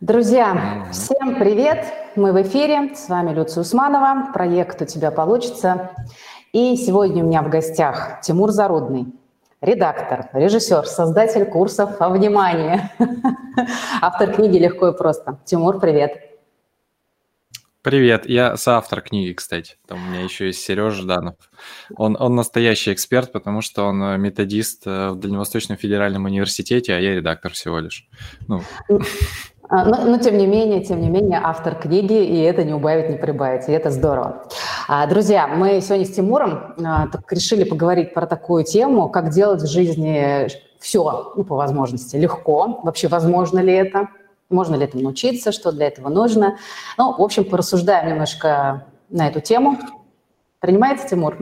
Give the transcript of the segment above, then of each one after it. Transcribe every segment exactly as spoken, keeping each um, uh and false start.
Друзья, Мгм. всем привет! Мы в эфире, с вами Люция Усманова, проект «У тебя получится». И сегодня у меня в гостях Тимур Зарудный, редактор, режиссер, создатель курсов о внимании, автор книги «Легко и просто». Тимур, привет! Привет, я соавтор книги, кстати. Там у меня еще есть Сережа Жданов. Он, он настоящий эксперт, потому что он э, методист э, в Дальневосточном федеральном университете, а я редактор всего лишь. Ну, А, Но, но тем не менее, тем не менее, автор книги, и это не убавить, не прибавить, и это здорово. А, Друзья, мы сегодня с Тимуром а, так решили поговорить про такую тему, как делать в жизни все, ну, по возможности, легко. Вообще, возможно ли это? Можно ли этому научиться? Что для этого нужно? Ну, в общем, порассуждаем немножко на эту тему. Принимается, Тимур?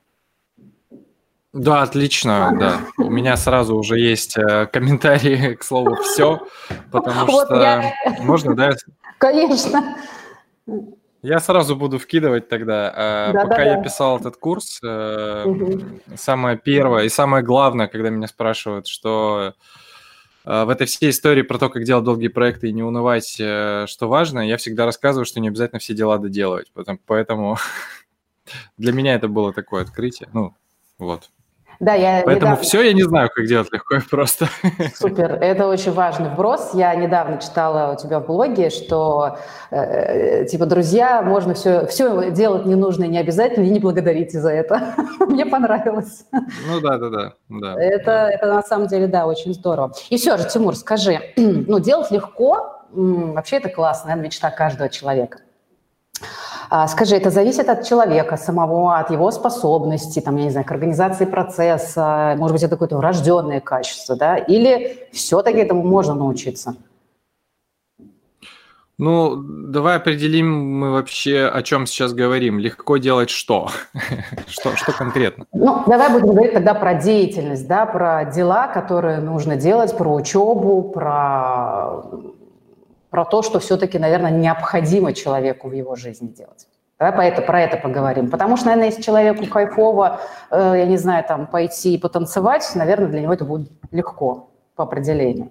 да, отлично, да. У меня сразу уже есть э, комментарии к слову «все», потому Вот я, что можно, да? конечно. Я сразу буду вкидывать тогда. А, Пока я Да-да-да. писал этот курс, э, Мгм. самое первое и самое главное, когда меня спрашивают, что э, в этой всей истории про то, как делать долгие проекты и не унывать, э, что важно, я всегда рассказываю, что не обязательно все дела доделывать. Потом- Поэтому для меня это было такое открытие. Ну, вот. Да, я Поэтому недавно... все я не знаю, как делать легко и просто. Супер, это очень важный вброс. Я недавно читала у тебя в блоге, что э, типа, друзья, можно все, все делать не нужно и не обязательно, и не благодарите за это. Мне понравилось. Ну да, да, да, да, Это, да. это на самом деле, да, очень здорово. И все же, Тимур, скажи, ну, делать легко, м, вообще это классно, наверное, мечта каждого человека. А, Скажи, это зависит от человека самого, от его способностей, там, я не знаю, к организации процесса, может быть, это какое-то врожденное качество, да? Или все-таки этому можно научиться? Ну, давай определим мы вообще, о чем сейчас говорим. Легко делать что? Что, что конкретно? Ну, давай будем говорить тогда про деятельность, да, про дела, которые нужно делать, про учебу, про, про то, что все-таки, наверное, необходимо человеку в его жизни делать. Давай про это, про это поговорим. Потому что, наверное, если человеку кайфово, э, я не знаю, там, пойти и потанцевать, наверное, для него это будет легко по определению.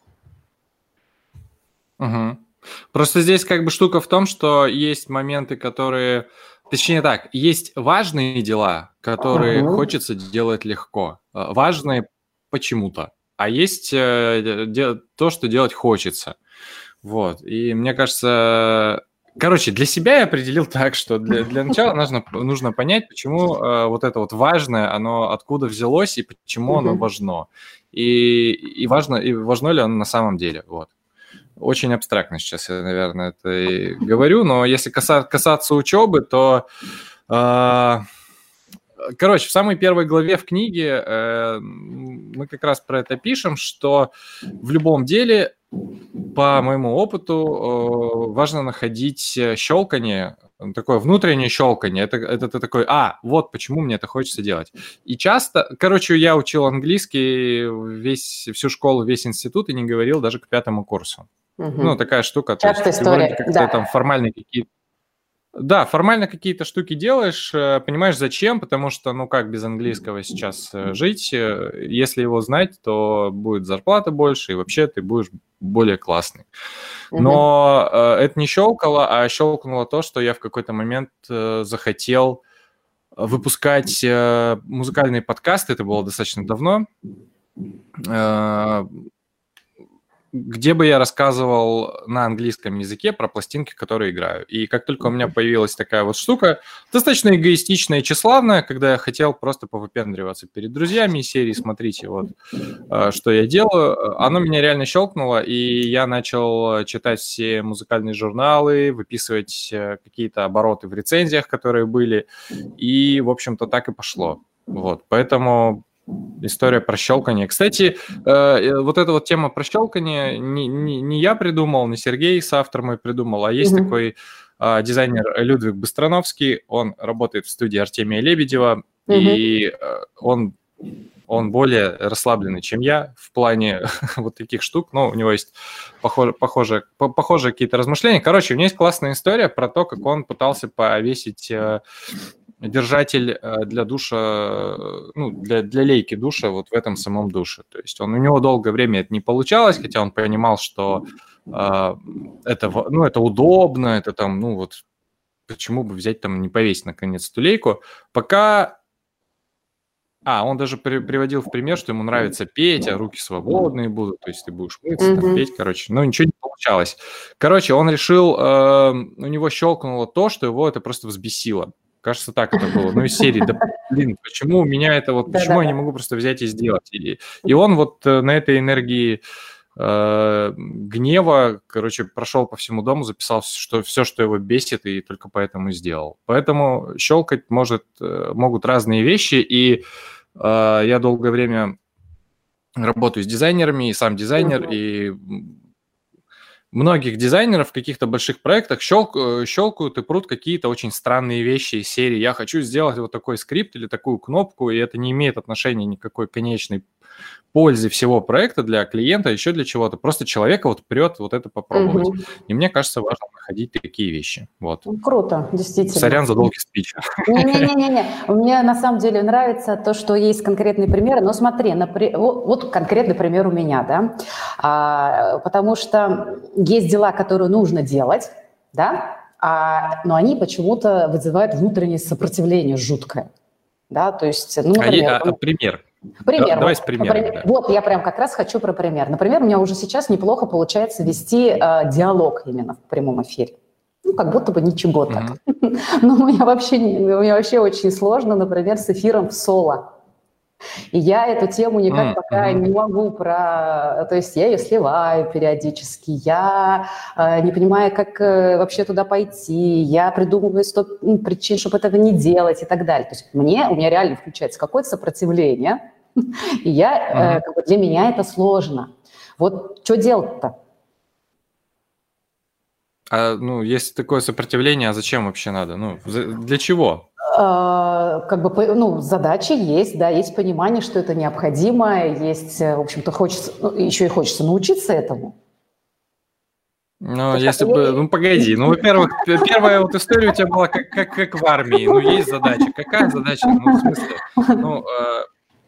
Мгм. Просто здесь как бы штука в том, что есть моменты, которые... Точнее так, есть важные дела, которые Мгм. хочется делать легко. Э, Важные почему-то. А есть э, де- то, что делать хочется. Вот. И мне кажется... Короче, для себя я определил так, что для, для начала нужно, нужно понять, почему э, вот это вот важное, оно откуда взялось и почему оно Мгм. важно. И, и важно, и важно ли оно на самом деле. Вот. Очень абстрактно сейчас я, наверное, это и говорю, но если каса- касаться учебы, то, э, короче, в самой первой главе в книге э, мы как раз про это пишем, что в любом деле, по моему опыту, э, важно находить щелканье, такое внутреннее щелканье. Это, это ты такой, а, вот почему мне это хочется делать. И часто, короче, я учил английский весь, всю школу, весь институт и не говорил даже к пятому курсу. Ну, Мгм. такая штука, то есть Частая ты вроде история, как-то там да. формальные какие-то... Да, формально какие-то штуки делаешь, э, понимаешь, зачем, потому что, ну, как без английского сейчас э, жить, э, если его знать, то будет зарплата больше, и вообще ты будешь более классный. Мгм. Но э, это не щелкало, а щелкнуло то, что я в какой-то момент э, захотел выпускать э, музыкальные подкасты, это было достаточно давно, э, где бы я рассказывал на английском языке про пластинки, которые играю. И как только у меня появилась такая вот штука, достаточно эгоистичная и тщеславная, когда я хотел просто повыпендриваться перед друзьями из серии «Смотрите, вот, э, что я делаю», оно меня реально щелкнуло, и я начал читать все музыкальные журналы, выписывать э, какие-то обороты в рецензиях, которые были, и, в общем-то, так и пошло. Вот, поэтому... История про щелканье. Кстати, э, вот эта вот тема про щелканье не, не, не я придумал, не Сергей, соавтор мой придумал, а есть Мгм. такой э, дизайнер Людвиг Быстрановский, он работает в студии Артемия Лебедева, Мгм. и э, он, он более расслабленный, чем я в плане вот таких штук, но у него есть похоже, похоже, по- похожие какие-то размышления. Короче, у него есть классная история про то, как он пытался повесить... э, держатель э, для душа, э, ну, для, для лейки душа вот в этом самом душе. То есть он, у него долгое время это не получалось, хотя он понимал, что э, это, ну, это удобно, это там, ну, вот, почему бы взять там, не повесить, наконец, эту лейку, пока... А, он даже при, приводил в пример, что ему нравится петь, а руки свободные будут, то есть ты будешь мыться, там, петь, короче, но ничего не получалось. Короче, он решил, э, у него щелкнуло то, что его это просто взбесило. Кажется, так это было. Ну, из серии, да, блин, почему у меня это вот, почему я не могу просто взять и сделать? И, и он вот на этой энергии э, гнева, короче, прошел по всему дому, записал что, все, что его бесит, и только поэтому и сделал. Поэтому щелкать может, могут разные вещи, и э, я долгое время работаю с дизайнерами, и сам дизайнер, uh-huh. и многих дизайнеров в каких-то больших проектах щелк, щелкают и прут какие-то очень странные вещи из серии «я хочу сделать вот такой скрипт или такую кнопку», и это не имеет отношения никакой конечной пользы всего проекта для клиента, еще для чего-то. Просто человека вот прет вот это попробовать. Угу. И мне кажется, важно находить такие вещи. Вот. Круто, действительно. Сорян за долгий спич. Не-не-не, мне на самом деле нравится то, что есть конкретные примеры. Но смотри, напри... вот конкретный пример у меня, да, а, потому что есть дела, которые нужно делать, да, а, но они почему-то вызывают внутреннее сопротивление жуткое, да, то есть, ну, например... А, а, пример. Пример. Да, вот, давай с примером. Например, да. Вот, я прям как раз хочу про пример. Например, у меня уже сейчас неплохо получается вести э, диалог именно в прямом эфире. Ну, как будто бы ничего так. Mm-hmm. Но у меня, вообще, у меня вообще очень сложно, например, с эфиром в соло. И я эту тему никак mm-hmm. пока не могу про... То есть я ее сливаю периодически, я э, не понимаю, как э, вообще туда пойти, я придумываю сто ну, причин, чтобы этого не делать и так далее. То есть мне, у меня реально включается какое-то сопротивление, и я, mm-hmm. э, как бы для меня это сложно. Вот что делать-то? А, ну, если такое сопротивление, а зачем вообще надо? Ну, для чего? Как бы, ну, задачи есть, да, есть понимание, что это необходимо, есть, в общем-то, хочется, ну, еще и хочется научиться этому. Ну, так если бы, я... ну, погоди, ну, во-первых, первая вот история у тебя была как, как, как в армии, ну, есть задача, какая задача, ну, в смысле, ну, э,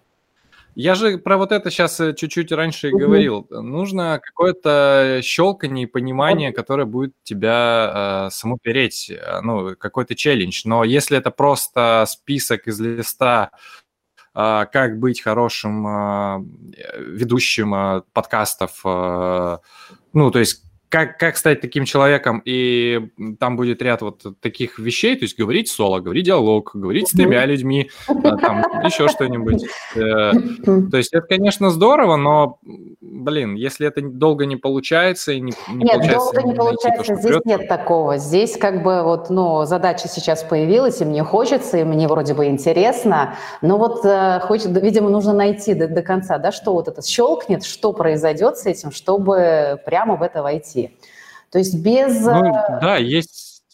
я же про вот это сейчас чуть-чуть раньше и говорил, нужно какое-то щелканье и понимание, которое будет тебя э, саму переть, ну, какой-то челлендж, но если это просто список из листа, э, как быть хорошим э, ведущим э, подкастов, э, ну, то есть Как, как стать таким человеком, и там будет ряд вот таких вещей, то есть говорить соло, говорить диалог, говорить с тремя людьми, там еще что-нибудь. То есть это, конечно, здорово, но, блин, если это долго не получается, и не, не нет, получается... долго не получается, то, здесь прет, нет такого. Здесь как бы вот, ну, задача сейчас появилась, и мне хочется, и мне вроде бы интересно, но вот хочет, видимо, нужно найти до, до конца, да, что вот это щелкнет, что произойдет с этим, чтобы прямо в это войти. То есть без... Ну, да, есть...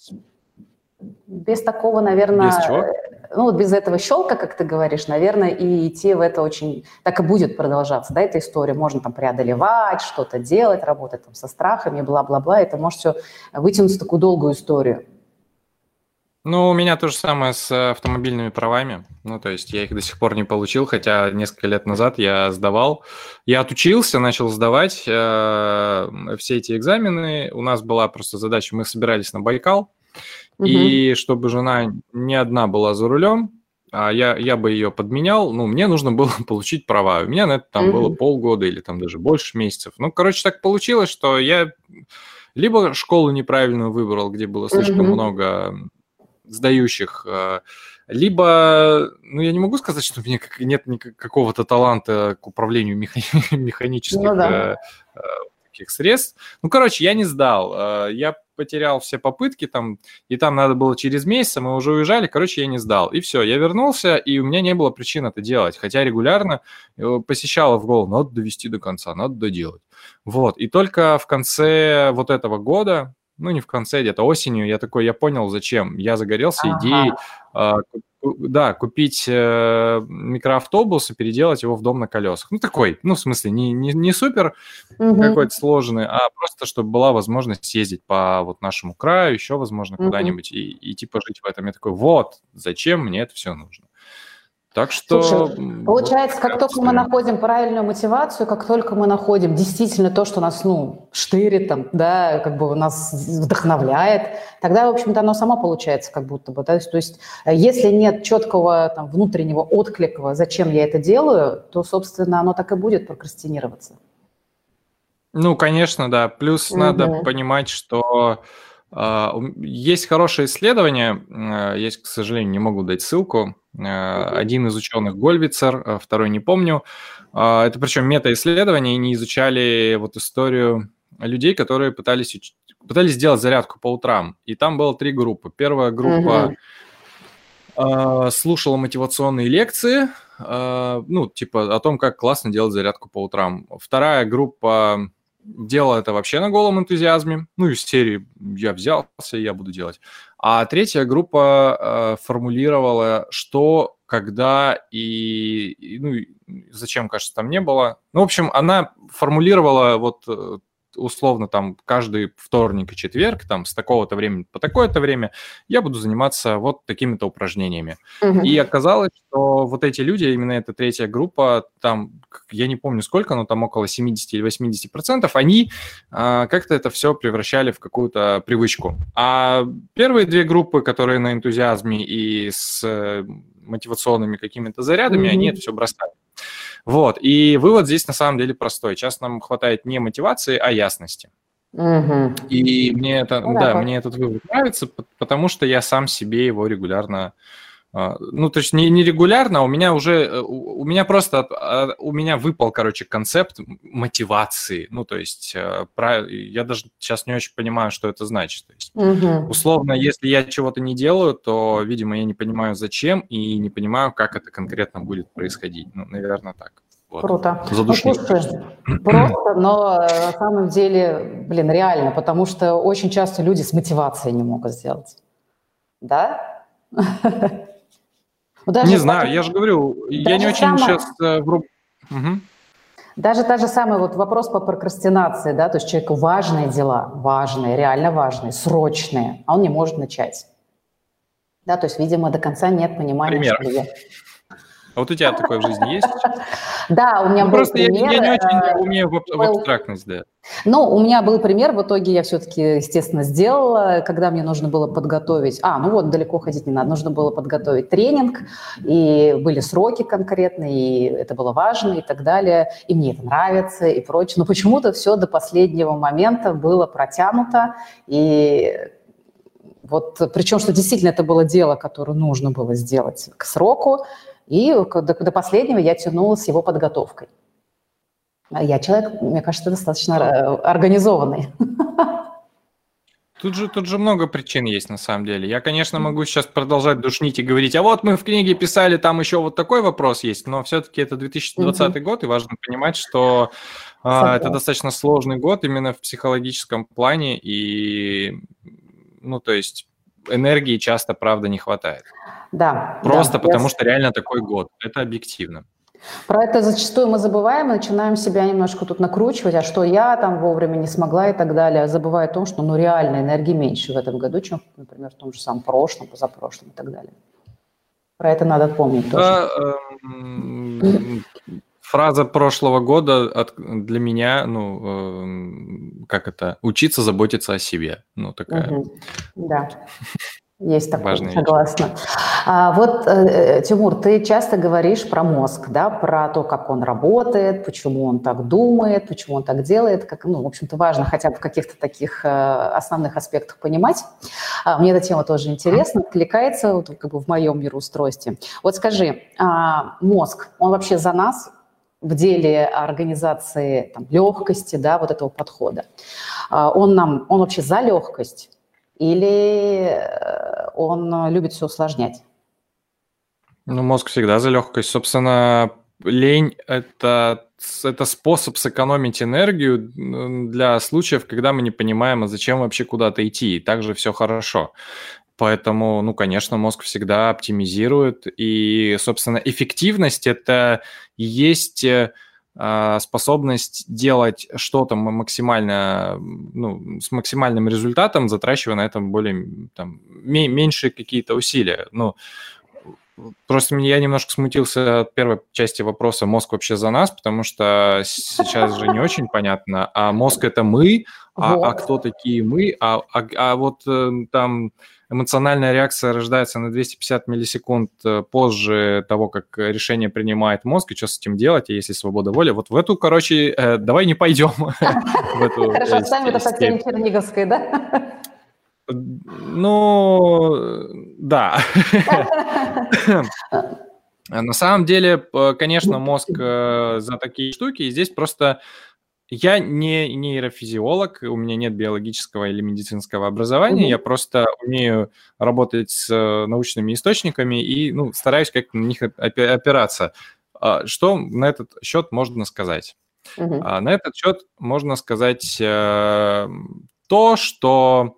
Без такого, наверное... Без чего? Ну, вот без этого щелка, как ты говоришь, наверное, и идти в это очень... Так и будет продолжаться, да, эта история. Можно там преодолевать, что-то делать, работать там со страхами, бла-бла-бла. Это может все вытянуться в такую долгую историю. Ну, у меня то же самое с автомобильными правами. Ну, то есть я их до сих пор не получил, хотя несколько лет назад я сдавал. Я отучился, начал сдавать э, все эти экзамены. У нас была просто задача, мы собирались на Байкал, угу. и чтобы жена не одна была за рулем, а я, я бы ее подменял, ну, мне нужно было получить права. У меня на это там угу. было полгода или там даже больше месяцев. Ну, короче, так получилось, что я либо школу неправильную выбрал, где было слишком угу. много... сдающих, либо, ну, я не могу сказать, что у меня нет какого-то таланта к управлению меха- механических ну, да. таких средств. Ну, короче, я не сдал, я потерял все попытки там, и там надо было через месяц, мы уже уезжали, короче, я не сдал. И все, я вернулся, и у меня не было причин это делать, хотя регулярно посещало в голову, надо довести до конца, надо доделать. Вот, и только в конце вот этого года, ну, не в конце, где-то осенью, я такой, я понял, зачем. Я загорелся ага. идеей, э, да, купить э, микроавтобус и переделать его в дом на колесах. Ну, такой, ну, в смысле, не, не, не супер угу. какой-то сложный, а просто, чтобы была возможность съездить по вот нашему краю, еще, возможно, угу. куда-нибудь и, и типа жить в этом. Я такой, вот, зачем мне это все нужно. Так что... Слушай, получается, вот, как только мы находим правильную мотивацию, как только мы находим действительно то, что нас, ну, штырит, там, да, как бы нас вдохновляет, тогда, в общем-то, оно само получается как будто бы, да, то есть если нет четкого там, внутреннего отклика, зачем я это делаю, то, собственно, оно так и будет прокрастинироваться. Ну, конечно, да. Плюс Угу. надо понимать, что э, есть хорошее исследование, э, есть, к сожалению, не могу дать ссылку, э, один из ученых Гольвицер, второй не помню. Э, это причем мета-исследование, и они изучали вот историю людей, которые пытались, уч... пытались сделать зарядку по утрам. И там было три группы. Первая группа угу. э, слушала мотивационные лекции, э, ну, типа о том, как классно делать зарядку по утрам. Вторая группа делала это вообще на голом энтузиазме, ну, из серии «я взялся, я буду делать». А третья группа э, формулировала, что, когда и, и, ну, зачем, кажется, там не было. Ну, в общем, она формулировала вот условно там каждый вторник и четверг, там с такого-то времени по такое-то время я буду заниматься вот такими-то упражнениями. Uh-huh. И оказалось, что вот эти люди, именно эта третья группа, там, я не помню сколько, но там около семьдесят или восемьдесят процентов, они а, как-то это все превращали в какую-то привычку. А первые две группы, которые на энтузиазме и с э, мотивационными какими-то зарядами, uh-huh. они это все бросали. Вот, и вывод здесь на самом деле простой. Часто нам хватает не мотивации, а ясности. Угу. И мне, это, ну, да, мне этот вывод нравится, потому что я сам себе его регулярно... Ну, то есть не, не регулярно, а у меня уже... У меня просто... У меня выпал, короче, концепт мотивации. Ну, то есть я даже сейчас не очень понимаю, что это значит. То есть, угу. условно, если я чего-то не делаю, то, видимо, я не понимаю, зачем, и не понимаю, как это конкретно будет происходить. Ну, наверное, так. Вот. Круто. Ну, слушай, просто, но на самом деле, блин, реально, потому что очень часто люди с мотивацией не могут сделать. Да? Даже не знаю, я же говорю, я не очень самое... сейчас... Угу. Даже та же самая вот вопрос по прокрастинации, да, то есть человеку важные дела, важные, реально важные, срочные, а он не может начать. Да, то есть, видимо, до конца нет понимания, Пример. Что я... А вот у тебя такое в жизни есть? Да, у меня ну, был просто пример. Просто я, я не очень умею в, в абстрактность, да. Ну, у меня был пример, в итоге я все-таки, естественно, сделала, когда мне нужно было подготовить, а, ну вот, далеко ходить не надо, нужно было подготовить тренинг, и были сроки конкретные, и это было важно, и так далее, и мне это нравится, и прочее, но почему-то все до последнего момента было протянуто, и вот, причем, что действительно это было дело, которое нужно было сделать к сроку, и до, до последнего я тянула с его подготовкой. Я человек, мне кажется, достаточно организованный. Тут же, тут же много причин есть на самом деле. Я, конечно, могу сейчас продолжать душнить и говорить, а вот мы в книге писали, там еще вот такой вопрос есть, но все-таки это две тысячи двадцатый угу. год, и важно понимать, что а, это достаточно сложный год именно в психологическом плане, и, ну, то есть энергии часто, правда, не хватает. Да. Просто да, потому я... что реально такой год. Это объективно. Про это зачастую мы забываем, начинаем себя немножко тут накручивать, а что я там вовремя не смогла и так далее, забывая о том, что ну реально энергии меньше в этом году, чем, например, в том же самом прошлом, позапрошлом и так далее. Про это надо помнить да, тоже. Э, фраза прошлого года от, для меня, ну, э, как это, учиться заботиться о себе. Ну, такая. Угу. Да. Есть такое, важная согласна. А, вот, э, Тимур, ты часто говоришь про мозг, да, про то, как он работает, почему он так думает, почему он так делает. Как, ну, в общем-то, важно хотя бы в каких-то таких э, основных аспектах понимать. А, мне эта тема тоже интересна, откликается вот, как бы в моем мироустройстве. Вот скажи, а, мозг, он вообще за нас в деле организации там, легкости, да, вот этого подхода? А, он нам, он вообще за легкость? Или он любит все усложнять? Ну, мозг всегда за легкость. Собственно, лень – это, это способ сэкономить энергию для случаев, когда мы не понимаем, а зачем вообще куда-то идти, и также все хорошо. Поэтому, ну, конечно, мозг всегда оптимизирует. И, собственно, эффективность – это и есть... способность делать что-то максимально, ну, с максимальным результатом, затрачивая на этом более, там, меньшие какие-то усилия. Ну, Просто я немножко смутился от первой части вопроса «Мозг вообще за нас?», потому что сейчас же не очень понятно, а мозг – это мы, а, Вот. а кто такие мы, а, а, а вот там эмоциональная реакция рождается на двести пятьдесят миллисекунд позже того, как решение принимает мозг, и что с этим делать, если свобода воли. Вот в эту, короче, давай не пойдем в эту. Хорошо, ставим это Татьяне Черниговской, да? Ну, да. На самом деле, конечно, мозг за такие штуки. И здесь просто я не нейрофизиолог, у меня нет биологического или медицинского образования, mm-hmm. я просто умею работать с научными источниками и ну, стараюсь как-то на них опираться. Что на этот счет можно сказать? Mm-hmm. На этот счет можно сказать то, что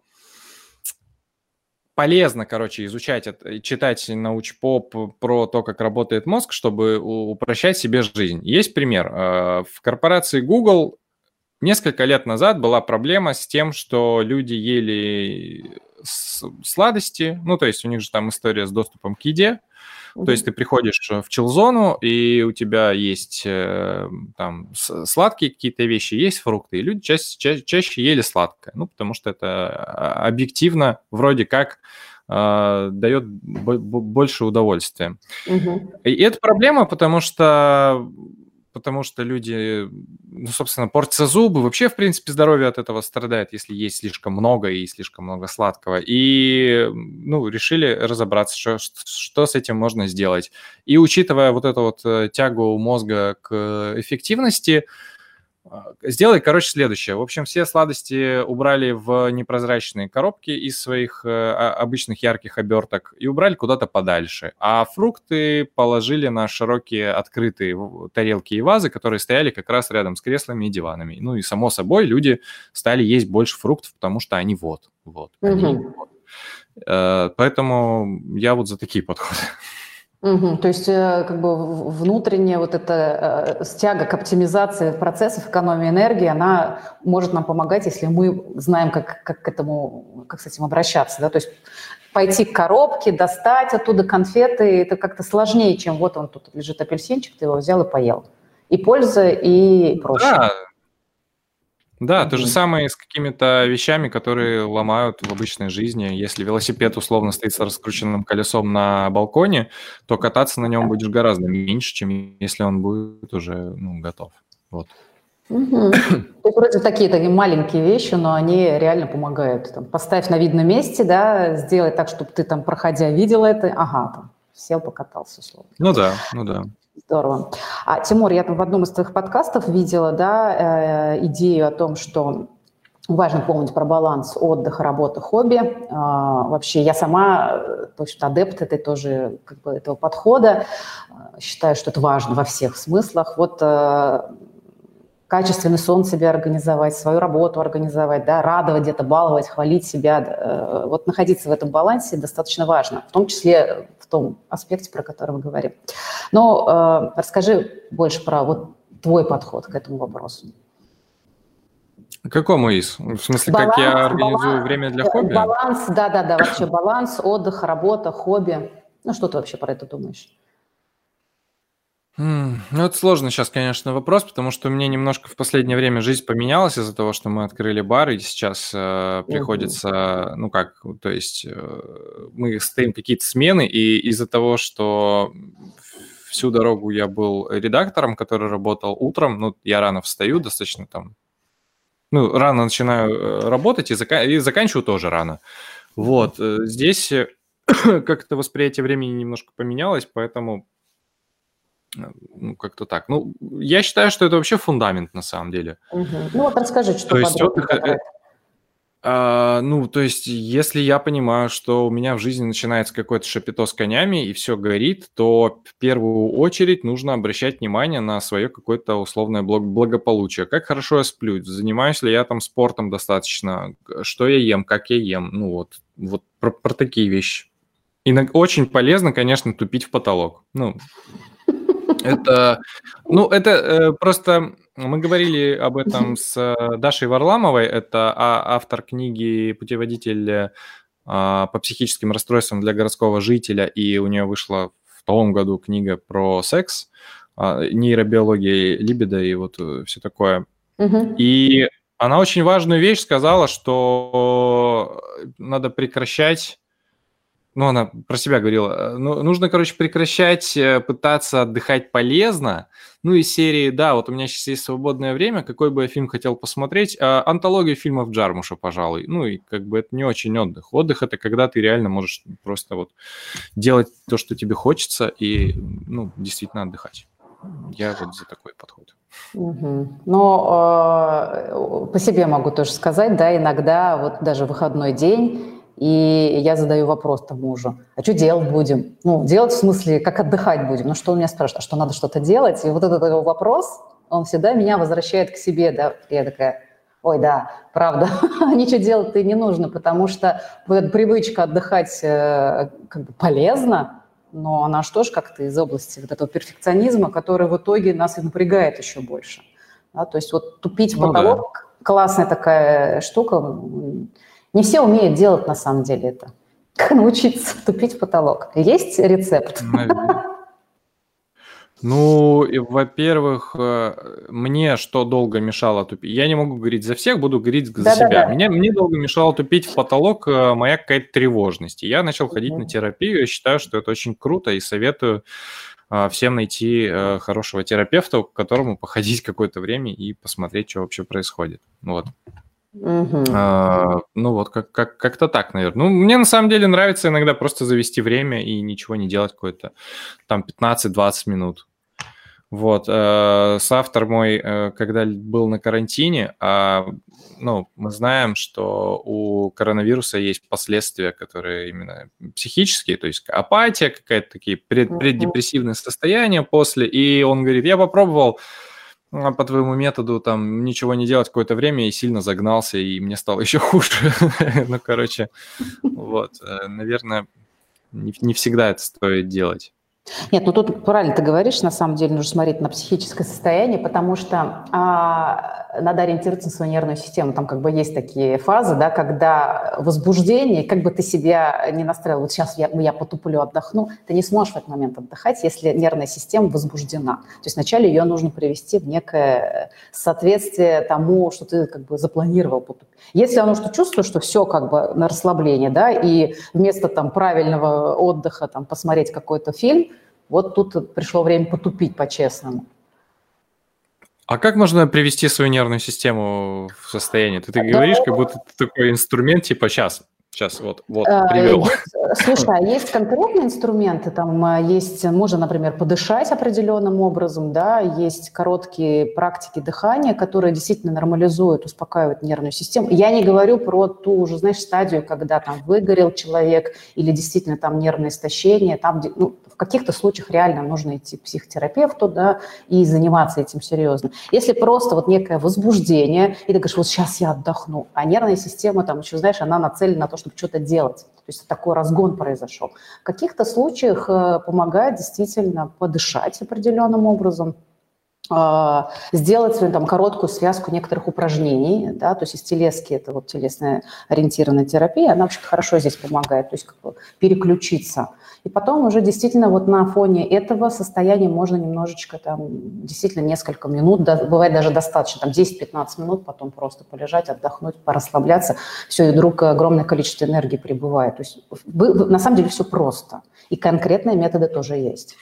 полезно, короче, изучать, читать научпоп про то, как работает мозг, чтобы упрощать себе жизнь. Есть пример. В корпорации Google несколько лет назад была проблема с тем, что люди ели сладости, ну, то есть у них же там история с доступом к еде, mm-hmm. то есть ты приходишь в чиллзону, и у тебя есть там сладкие какие-то вещи, есть фрукты, и люди чаще, чаще, чаще ели сладкое, ну, потому что это объективно вроде как э, дает б- больше удовольствия. Mm-hmm. И это проблема, потому что потому что люди, ну, собственно, портятся зубы, вообще, в принципе, здоровье от этого страдает, если есть слишком много и слишком много сладкого. И, ну, решили разобраться, что, что с этим можно сделать. И учитывая вот эту вот тягу мозга к эффективности, сделай, короче, следующее. В общем, все сладости убрали в непрозрачные коробки из своих э, обычных ярких оберток и убрали куда-то подальше. А фрукты положили на широкие открытые тарелки и вазы, которые стояли как раз рядом с креслами и диванами. Ну и, само собой, люди стали есть больше фруктов, потому что они вот. вот, mm-hmm. они, вот. Э, поэтому я вот за такие подходы. Угу, то есть как бы внутренняя вот эта э, стяга к оптимизации процессов, экономии энергии, она может нам помогать, если мы знаем, как, как к этому, как с этим обращаться, да, то есть пойти к коробке, достать оттуда конфеты, это как-то сложнее, чем вот он тут лежит апельсинчик, ты его взял и поел. И польза, и проще. Да. Да, то же самое с какими-то вещами, которые ломают в обычной жизни. Если велосипед условно стоит с раскрученным колесом на балконе, то кататься на нем будешь гораздо меньше, чем если он будет уже ну, готов. Вот. Угу. То есть вроде такие, такие маленькие вещи, но они реально помогают. Там, поставь на видном месте, да, сделай так, чтобы ты там, проходя, видел это. Ага, там, сел, покатался, условно. Ну да, ну да. Здорово. А, Тимур, я там в одном из твоих подкастов видела, да, э, идею о том, что важно помнить про баланс отдыха, работы, хобби. Э, вообще, я сама, точно адепт этой тоже, как бы, этого подхода. Э, считаю, что это важно во всех смыслах. Вот э, качественный сон себе организовать, свою работу организовать, да, радовать где-то, баловать, хвалить себя. Э, вот находиться в этом балансе достаточно важно, в том числе в том аспекте, про который мы говорим. Но э, расскажи больше про вот твой подход к этому вопросу. Какому из? В смысле, баланс, как я организую баланс, время для хобби? Баланс, да-да-да, вообще баланс, отдых, работа, хобби. Ну, что ты вообще про это думаешь? Ну, это сложный сейчас, конечно, вопрос, потому что у меня немножко в последнее время жизнь поменялась из-за того, что мы открыли бар, и сейчас э, приходится, ну как, то есть э, мы стоим какие-то смены, и из-за того, что всю дорогу я был редактором, который работал утром, ну, я рано встаю, достаточно там, ну, рано начинаю работать и, зака- и заканчиваю тоже рано. Вот, здесь как-то восприятие времени немножко поменялось, поэтому... Ну, как-то так. Ну, я считаю, что это вообще фундамент на самом деле. Угу. Ну, вот расскажи, что подробнее. А, ну, то есть, если я понимаю, что у меня в жизни начинается какой-то шапито с конями и все горит, то в первую очередь нужно обращать внимание на свое какое-то условное благополучие. Как хорошо я сплю, занимаюсь ли я там спортом достаточно, что я ем, как я ем. Ну, вот, вот про, про такие вещи. И очень полезно, конечно, тупить в потолок. Ну... Это, ну, это э, просто мы говорили об этом с Дашей Варламовой, это автор книги «Путеводитель э, по психическим расстройствам для городского жителя», и у нее вышла по-моему, году книга про секс, нейробиология либидо и вот все такое. Мгм. И она очень важную вещь сказала, что надо прекращать, ну, она про себя говорила, ну, нужно, короче, прекращать пытаться отдыхать полезно. Ну, из серии, да, вот у меня сейчас есть свободное время, какой бы я фильм хотел посмотреть? А, антологию фильмов Джармуша, пожалуй. Ну, и как бы это не очень отдых. Отдых – это когда ты реально можешь просто вот делать то, что тебе хочется, и, ну, действительно отдыхать. Я вот за такой подход. Угу. Но э, по себе могу тоже сказать, да, иногда вот даже выходной день, и я задаю вопрос там мужу, а что делать будем? Ну, делать в смысле, как отдыхать будем? Ну, что он меня спрашивает, а что надо что-то делать? И вот этот его вопрос, он всегда меня возвращает к себе, да, и я такая, ой, да, правда, ничего делать-то и не нужно, потому что вот эта привычка отдыхать э, как бы полезно, но она же тоже как-то из области вот этого перфекционизма, который в итоге нас и напрягает еще больше. Да, то есть вот тупить в Ну, потолок, да. классная такая штука. Не все умеют делать на самом деле это. Как научиться тупить в потолок? Есть рецепт? Наверное. Ну, и, во-первых, э, мне что долго мешало тупить? Я не могу говорить за всех, буду говорить за себя. Да-да-да. Меня, мне долго мешало тупить в потолок э, моя какая-то тревожность. И я начал ходить на Мгм. терапию. Я считаю, что это очень круто, и советую э, всем найти э, хорошего терапевта, к которому походить какое-то время и посмотреть, что вообще происходит. Вот. Мгм. А, ну вот, как, как, как-то так, наверное. Ну, мне на самом деле нравится иногда просто завести время и ничего не делать какое-то там пятнадцать-двадцать минут. Вот, э, соавтор мой, э, когда был на карантине, а, ну, мы знаем, что у коронавируса есть последствия, которые именно психические, то есть апатия какая-то, такие пред, Мгм. преддепрессивные состояния после, и он говорит, я попробовал а, по твоему методу там ничего не делать какое-то время и сильно загнался, и мне стало еще хуже. Ну, короче, вот, э, наверное, не, не всегда это стоит делать. Нет, ну тут правильно ты говоришь, на самом деле нужно смотреть на психическое состояние, потому что а, надо ориентироваться на свою нервную систему. Там как бы есть такие фазы, да, когда возбуждение, как бы ты себя не настраивал, вот сейчас я, я потуплю, отдохну, ты не сможешь в этот момент отдыхать, если нервная система возбуждена. То есть вначале ее нужно привести в некое соответствие тому, что ты как бы запланировал потупить. Если оно что чувствуешь, что все как бы на расслабление, да, и вместо там правильного отдыха там посмотреть какой-то фильм, вот тут пришло время потупить по-честному. А как можно привести свою нервную систему в состояние? Ты, ты говоришь, как будто это такой инструмент, типа сейчас, сейчас, вот, вот, привел. Есть, слушай, а есть конкретные инструменты, там есть, можно, например, подышать определенным образом, да, есть короткие практики дыхания, которые действительно нормализуют, успокаивают нервную систему. Я не говорю про ту уже, знаешь, стадию, когда там выгорел человек или действительно там нервное истощение, там, ну, в каких-то случаях реально нужно идти к психотерапевту, да, и заниматься этим серьезно. Если просто вот некое возбуждение, и ты говоришь, вот сейчас я отдохну, а нервная система там еще, знаешь, она нацелена на то, чтобы что-то делать. То есть такой разгон произошел. В каких-то случаях э, помогает действительно подышать определенным образом, э, сделать там короткую связку некоторых упражнений, да, то есть из телески, это вот телесная ориентированная терапия, она вообще хорошо здесь помогает, то есть как бы переключиться. И потом уже действительно вот на фоне этого состояния можно немножечко там, действительно несколько минут, да, бывает даже достаточно, там десять-пятнадцать минут, потом просто полежать, отдохнуть, порасслабляться. Все, и вдруг огромное количество энергии прибывает. То есть на самом деле все просто. И конкретные методы тоже есть.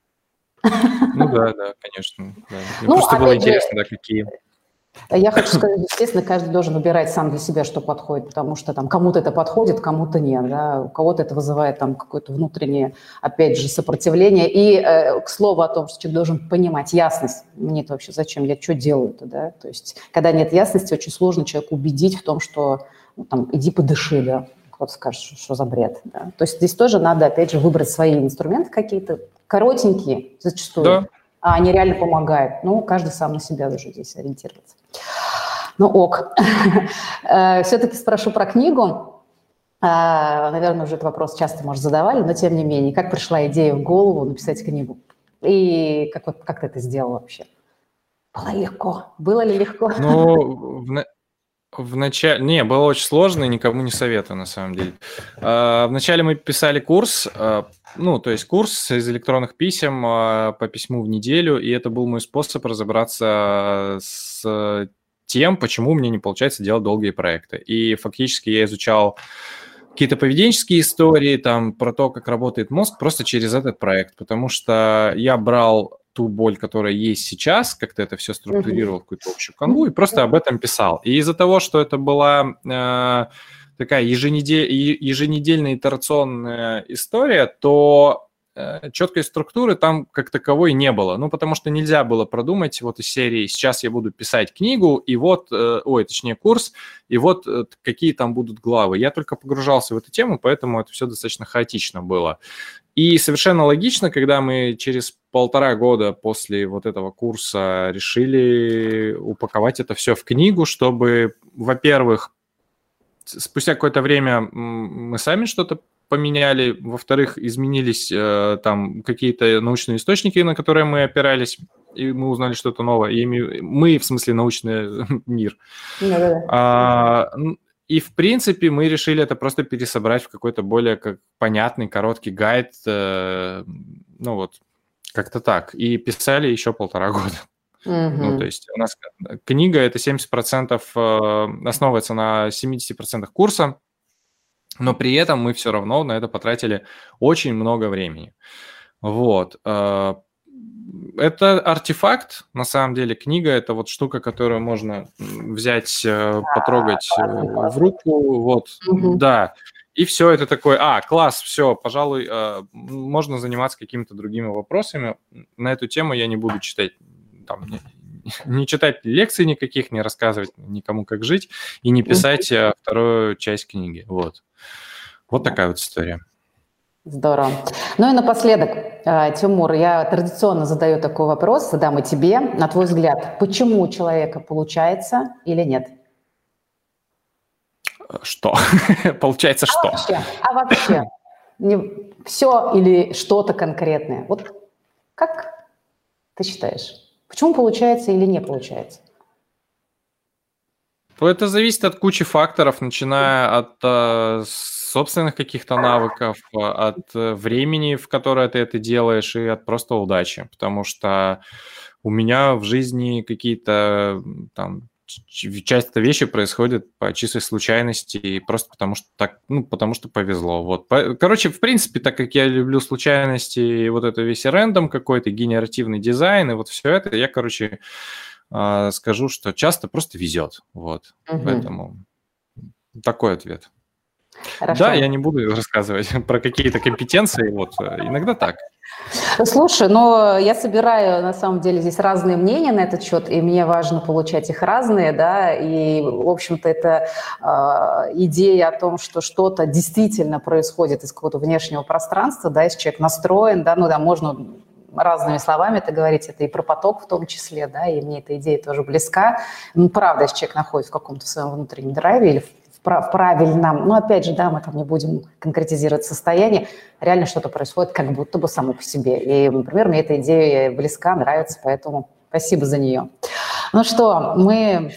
Ну да, да, конечно. Да. Мне Ну, просто было опять же, интересно, да, какие... я хочу сказать, естественно, каждый должен выбирать сам для себя, что подходит, потому что там кому-то это подходит, кому-то нет, да? У кого-то это вызывает там какое-то внутреннее, опять же, сопротивление. И э, к слову о том, что человек должен понимать ясность. Мне-то вообще зачем, я что делаю-то, да? То есть, когда нет ясности, очень сложно человека убедить в том, что ну, там, иди подыши, да? Кто-то скажет, что, что за бред, да? То есть здесь тоже надо, опять же, выбрать свои инструменты какие-то, коротенькие зачастую. Да. А они реально помогают. Ну, каждый сам на себя уже здесь ориентироваться. Ну, ок. Все-таки спрошу про книгу. Наверное, уже этот вопрос часто, может, задавали, но тем не менее. Как пришла идея в голову написать книгу? И как, как ты это сделал вообще? Было легко? Было ли легко? Ну, в, Вначале... Не, было очень сложно, и никому не советую, на самом деле. А, Вначале мы писали курс, а, ну, то есть курс из электронных писем а, по письму в неделю, и это был мой способ разобраться с тем, почему мне не получается делать долгие проекты. И фактически я изучал какие-то поведенческие истории, там, про то, как работает мозг, просто через этот проект, потому что я брал ту боль, которая есть сейчас, как-то это все структурировал в какую-то общую канву и просто об этом писал. И из-за того, что это была э, такая еженедель, еженедельная итерационная история, то э, четкой структуры там как таковой не было. Ну, потому что нельзя было продумать вот из серии «сейчас я буду писать книгу», и вот, э, ой, точнее, курс, и вот э, какие там будут главы. Я только погружался в эту тему, поэтому это все достаточно хаотично было. И совершенно логично, когда мы через полтора года после вот этого курса решили упаковать это все в книгу, чтобы, во-первых, спустя какое-то время мы сами что-то поменяли, во-вторых, изменились э, там какие-то научные источники, на которые мы опирались, и мы узнали что-то новое. И мы, в смысле, научный мир. Да-да-да. А, И, в принципе, мы решили это просто пересобрать в какой-то более как понятный, короткий гайд. э, Ну вот, как-то так. И писали еще полтора года. Ну, то Мгм. есть у нас книга – это семьдесят процентов э, основывается на семьдесят процентов курса, но при этом мы все равно на это потратили очень много времени. Вот. э, Это артефакт, на самом деле. Книга – это вот штука, которую можно м, взять, э, потрогать э, Классно, в классно. руку, вот, Мгм. да. И все это такое, а, класс, все, пожалуй, э, можно заниматься какими-то другими вопросами. На эту тему я не буду читать, там, не, не читать лекций никаких, не рассказывать никому, как жить, и не Мгм. писать э, вторую часть книги, вот. Вот Да. такая вот история. Здорово. Ну и напоследок, э, Тимур, я традиционно задаю такой вопрос, задам и тебе. На твой взгляд, почему у человека получается или нет? Э, Что? Получается, А что? вообще, а вообще, не все или что-то конкретное? Вот как ты считаешь, почему получается или не получается? Ну, это зависит от кучи факторов, начиная от э, собственных каких-то навыков, э, от э, времени, в которое ты это делаешь, и от просто удачи. Потому что у меня в жизни какие-то м, там ч- ч- часто вещи происходят по чистой случайности, и просто потому что так, ну, потому что повезло. Вот. По- Короче, в принципе, так как я люблю случайности, и вот это весь рандом какой-то, генеративный дизайн, и вот все это, я, короче, а, скажу, что часто просто везет. Вот. Мгм. Поэтому такой ответ. Да, Хорошо. я не буду рассказывать про какие-то компетенции. Вот. э, Иногда так. Слушай, но я собираю, на самом деле, здесь разные мнения на этот счет, и мне важно получать их разные, да, и, в общем-то, это э, идея о том, что что-то действительно происходит из какого-то внешнего пространства, да, если человек настроен, да, ну да, можно разными словами это говорить, это и про поток в том числе, да, и мне эта идея тоже близка. Ну, правда, если человек находится в каком-то своем внутреннем драйве или в в правильном, но опять же, да, мы там не будем конкретизировать состояние, реально что-то происходит как будто бы само по себе. И, например, мне эта идея близка, нравится, поэтому спасибо за нее. Ну что, мы...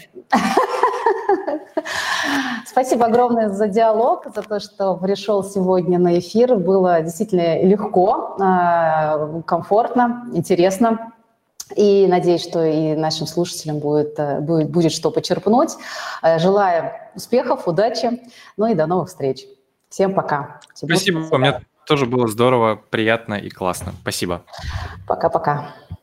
Спасибо огромное за диалог, за то, что пришел сегодня на эфир. Было действительно легко, комфортно, интересно. И надеюсь, что и нашим слушателям будет, будет, будет что почерпнуть. Желаю успехов, удачи, ну и до новых встреч. Всем пока. Тимур, Спасибо. Мне тоже было здорово, приятно и классно. Спасибо. Пока-пока.